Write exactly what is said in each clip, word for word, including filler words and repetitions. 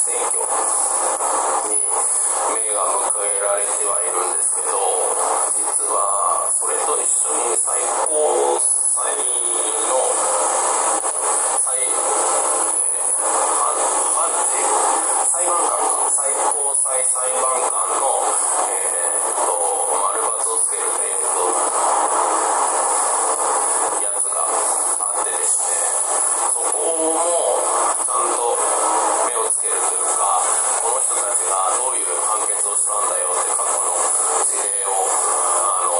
選挙に目が向けられてはいるんですけど、実はそれと一緒に最高裁の裁、えー、判事、裁判官か、最高裁裁判官の、えー、と丸×をつける、えー、とやつがあってですね、そこもちゃんと目をつけるというか、この人たちがどういう判決をしたんだよって過去の事例をあの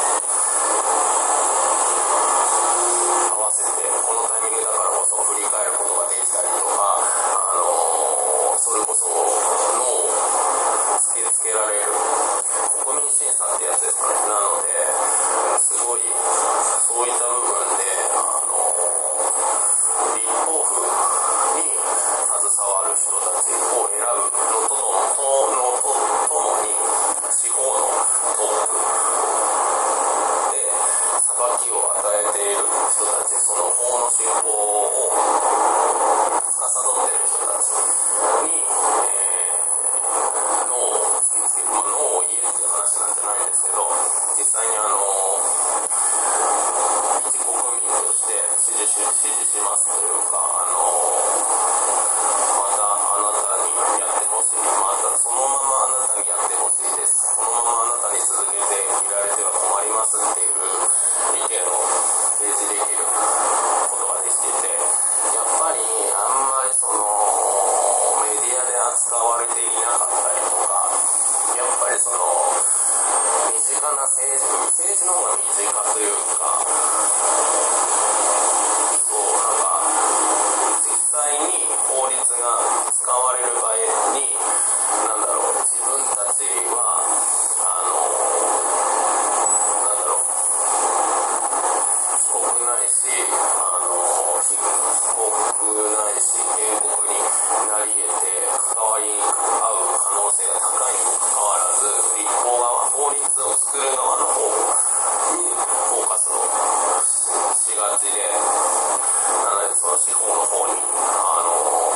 合わせて、このタイミングだからこそ振り返ることができたりとか、あのそれこそ脳を突きつけられる国民審査ってやつですかね。なのですごいそういった部分であの立法府に携わる人たちを選ぶのとのとともに司法のトップで裁きを与えている人たち、その法の執行を司っている人たちに、えー、脳を突きつける、まあ、脳を言えっていう話なんじゃないんですけど、実際にあの一国民として支持し、支持しますというか、あのまたあなたにやってほしい、またそのままあなたにやってほしいです、このままあなたに続けていられては困りますっていう意見を提示できることができていて、やっぱりあんまりそのメディアで扱われていなかったりとか、やっぱりその身近な政治、政治の方が身近というか、そうなんか実際に法律が使われる場合に、なんだろう、自分たちはあのなんだろう、被告ないし、あの被告ないし原告になり得て関わり合う可能性が高いにもかかわらず、立法側、法律を作る側の方にフォーカスをしがちで、なのでその司法の方にあの、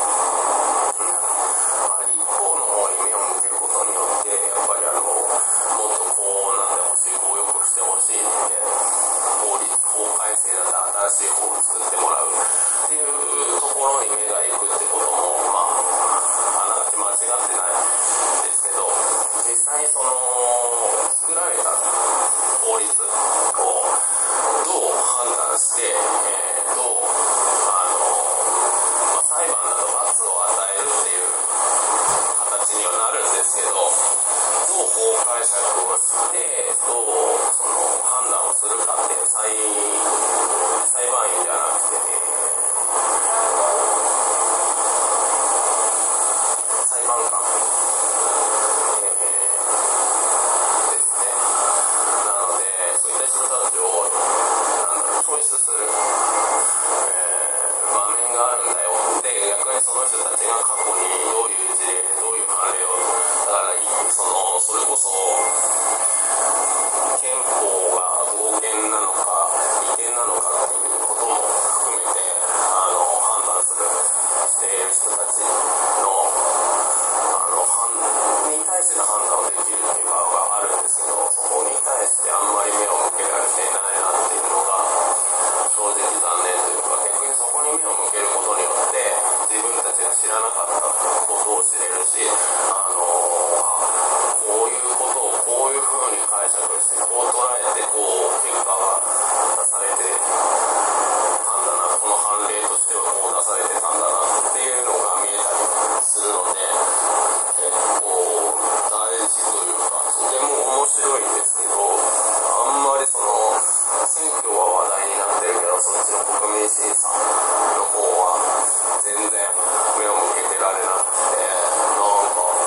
まあ、立法の方に目を向けることによって、やっぱりあのもっとこうなってほしい、こうよくしてほしいって、法律、法改正だったら新しい法を作ってもらうっていうところに目が行くってことも、まあ、あながち間違ってないんですけど、実際にその作られた法律をどう判断して、えー、どうあの、まあ、裁判だと罰を与えるっていう形にはなるんですけど、どう法解釈をしてどうその判断をするかっていう裁、裁判員じゃなくて、裁判官、えー、ですね。なのでそういった人たちをなんだろう、チョイスする、えー、場面があるんだよ。で、逆にその人たちが過去にどういう事例でどういう判例を、だからそのそれこそ憲法が合憲なのか違憲なのかっていうことも含めてあの判断するしている人たちのあの判に対しての判断をできるっていう側があるんですけど、そこに対してあんまり目を向けられていないなっていうのが正直残念というか、逆にそこに目を向けることによって自分たちが知らなかったことを知れるし、あのこういうことをこういう風に解釈してこう捉えてこう結果が出されてたんだな、この判例としてはこう出されてたんだなっていうのが見えたりするので、結構大事というかとても面白いんですけど、あんまりその選挙は話題になってるけど、そっちの国民審査の方は全然目を向けてられなくて、なんか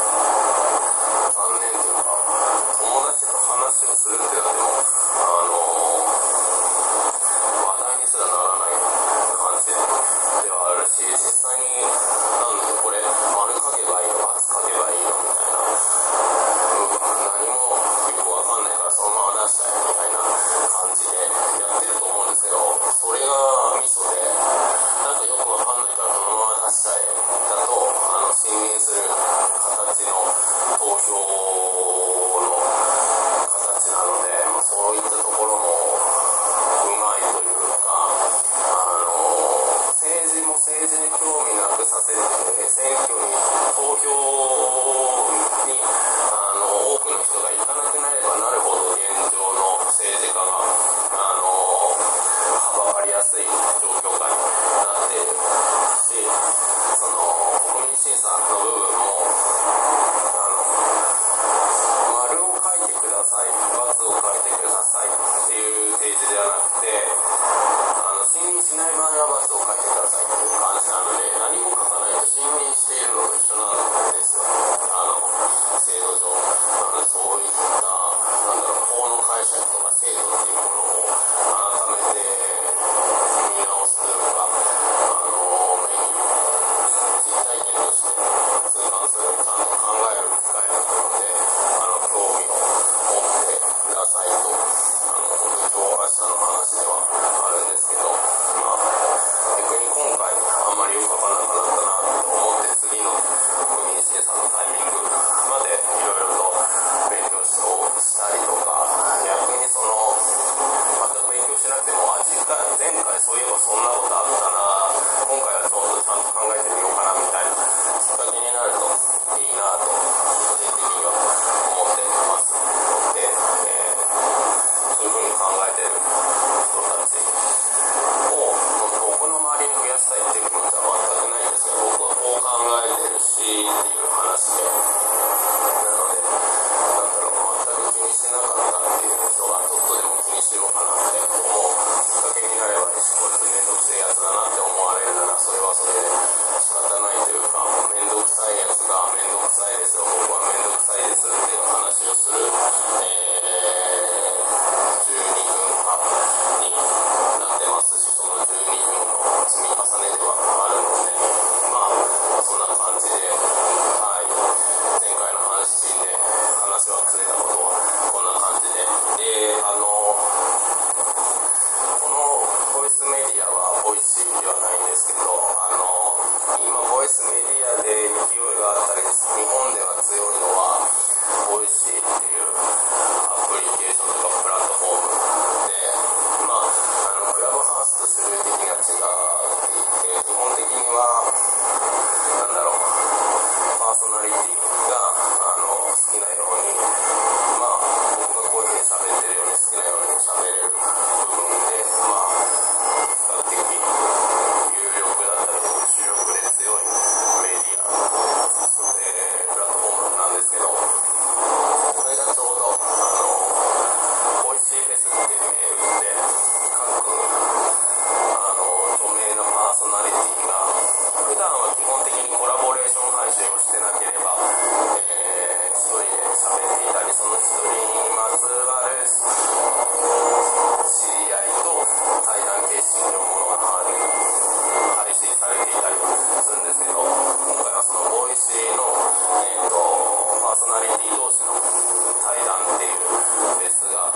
標の形なので、まあ、そういったところもうまいというか、あの政治も政治に興味なくさせて、選挙に投票にあの多くの人が行かなくなればなるほど現状の政治家があの幅張りやすい状況下になっているし、その国民審査の部分もあの丸を書いてください、×を書いてくださいっていう提示ではなくて、あの信任しない場合は×を書いてくださいっていう感じなので、何も書かないと信任しているのと一緒なんですよ、あの制度上。なのでそういったなんだろう法の解釈とか制度っていうものを改めて見直すというか、あの目に実体験として痛感する、ちゃんと考える機会だったので、あの興味を持ってくださいと、あの本当に今日明日の話ではあるんですけど、まあ逆に今回あんまりよくわからなくなったなと思って、次の国民審査のタイミングまでいろいろと勉強したりとか、逆にその全く勉強しなくても、あ次回前回そういえばそんなことあったな、今回はちょっとちゃんと考えてみようかなみたいなきっかけになるといいなと個人的には思っていますので、えー、そういうふうに考えている人たちを僕の周りに増やしたいっていう気持ちは全くないんですけど、僕はこう考えてるしっていう話で、なのでなんだろう、全く気にしてなかったっていう人がちょっとでも気にしようかなって思うきっかけになればいいし、こいつめんどくせえやつだなって思われるならそれはそれで仕方ないというか、めんどくさいやつがめんどくさいですよ、僕はめんどくさいですっていう話をする、えー、じゅうにふんかんになってますし、そのじゅうにふんの積み重ねではあるので、まあそんな感じで、はい、前回の話で話はずれたことはこんな感じで、で、あのこのボイスメディアはボイシーではないんですけど、あの今ボイスメディアで勢いがあったり、日本では強いのはボイシーっていうアプリケーションとかプラットフォームで、まあ、あのクラブハウスと種類的には違っていて、基本的にはなんだろう、パーソナリティがあの好きなように、まあ僕がこういうふうに喋ってるように好きなように喋れる部分で、まあ比較的有力だったり主力で強いメディア、えー、プラットフォームなんですけど、それがちょうどあのボイシーフェスっていうメールで各あの著名なパーソナリティが普段は基本的にコラボレーション配信をしてなければ、えー、一人で喋っていたり、その一人にまつわる知り合いと対談形式のものが配信されていたりするんですけど、今回はそのボイシーの、えー、とパーソナリティ同士の対談っていうフェスがあって、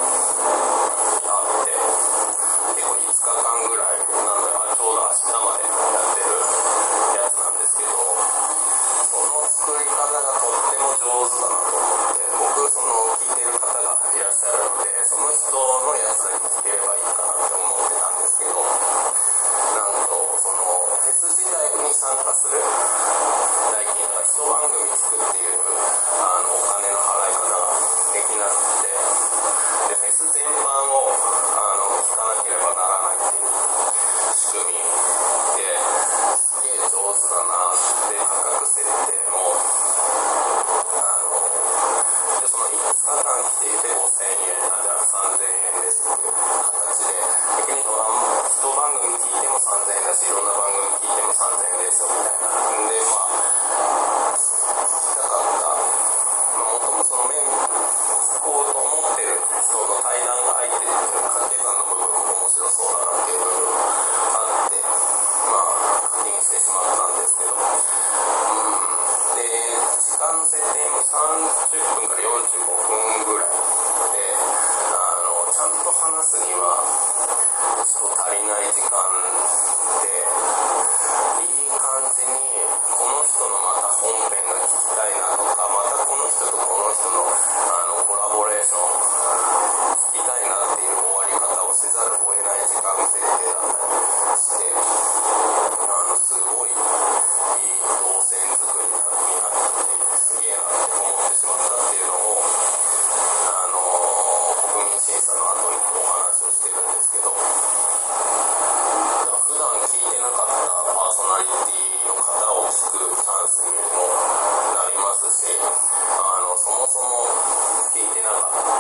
結構いつかかんぐらいなので、ちょうど明日までやってるやつなんですけど、その作り方がとっても上手だなと思って、僕その聞いてる方がいらっしゃるので、その人のやつだけ聞ければいいかなって思ってたんですけど、なんとそのフェス自体に参加する代金が一番組作っていうあのお金の払い方ができなくて、でフェス全般をあの聞かなければならないっていう仕組みですげえ上手だなって、価格設定もあのでそのいつかかん来ていてごせんえん、じゃあさんぜんえんですっていう形で、逆に一番組聞いてもさんぜんえんだし、いろんな番組聞いてもさんぜんえんですよみたいな。んでまあ聞きたかった、まあ、もともとその面聞こうと思ってる人の対談相手で掛け算の部分も面白そうだなっていう部分があって、まあ課金してしまったんですけど、うんで時間の設定もさんじゅっぷんからよんじゅうごふんぐらいで、あのちゃんと話すにはちょっと足りない時間で、いい感じにこの人のまた本編が聞きたいなとか、またこの人とこのくチャンスにもなりますし、あのそもそも聞いてなかった